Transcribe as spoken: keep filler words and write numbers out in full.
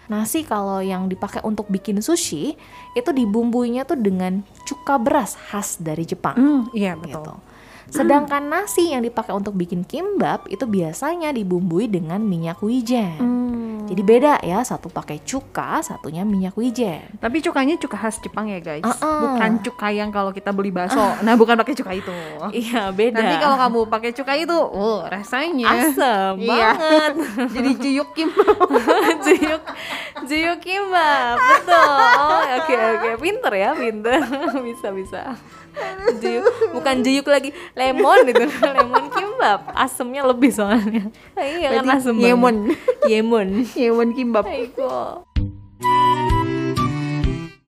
nasi kalau yang dipakai untuk bikin sushi itu dibumbuinya tuh dengan cuka beras khas dari Jepang. Hmm, iya betul. Gitu. Sedangkan nasi yang dipakai untuk bikin kimbap itu biasanya dibumbui dengan minyak wijen. Hmm. Jadi beda ya, satu pakai cuka, satunya minyak wijen. Tapi cukanya cuka khas Jepang ya guys, Uh-uh. bukan cuka yang kalau kita beli bakso. Nah bukan pakai cuka itu. Iya beda. Nanti kalau kamu pakai cuka itu, oh rasanya asem Iya. banget. jadi juyuk kimbap. Juyuk, juyuk kimbap, betul. Oke oke, pinter ya, pinter. Bisa bisa. Juyuk, bukan juyuk lagi, lemon itu, lemon kimbap, asemnya lebih soalnya. Iya kan asem banget. Yemon. Yemon. Yemon kimbap. Aiko.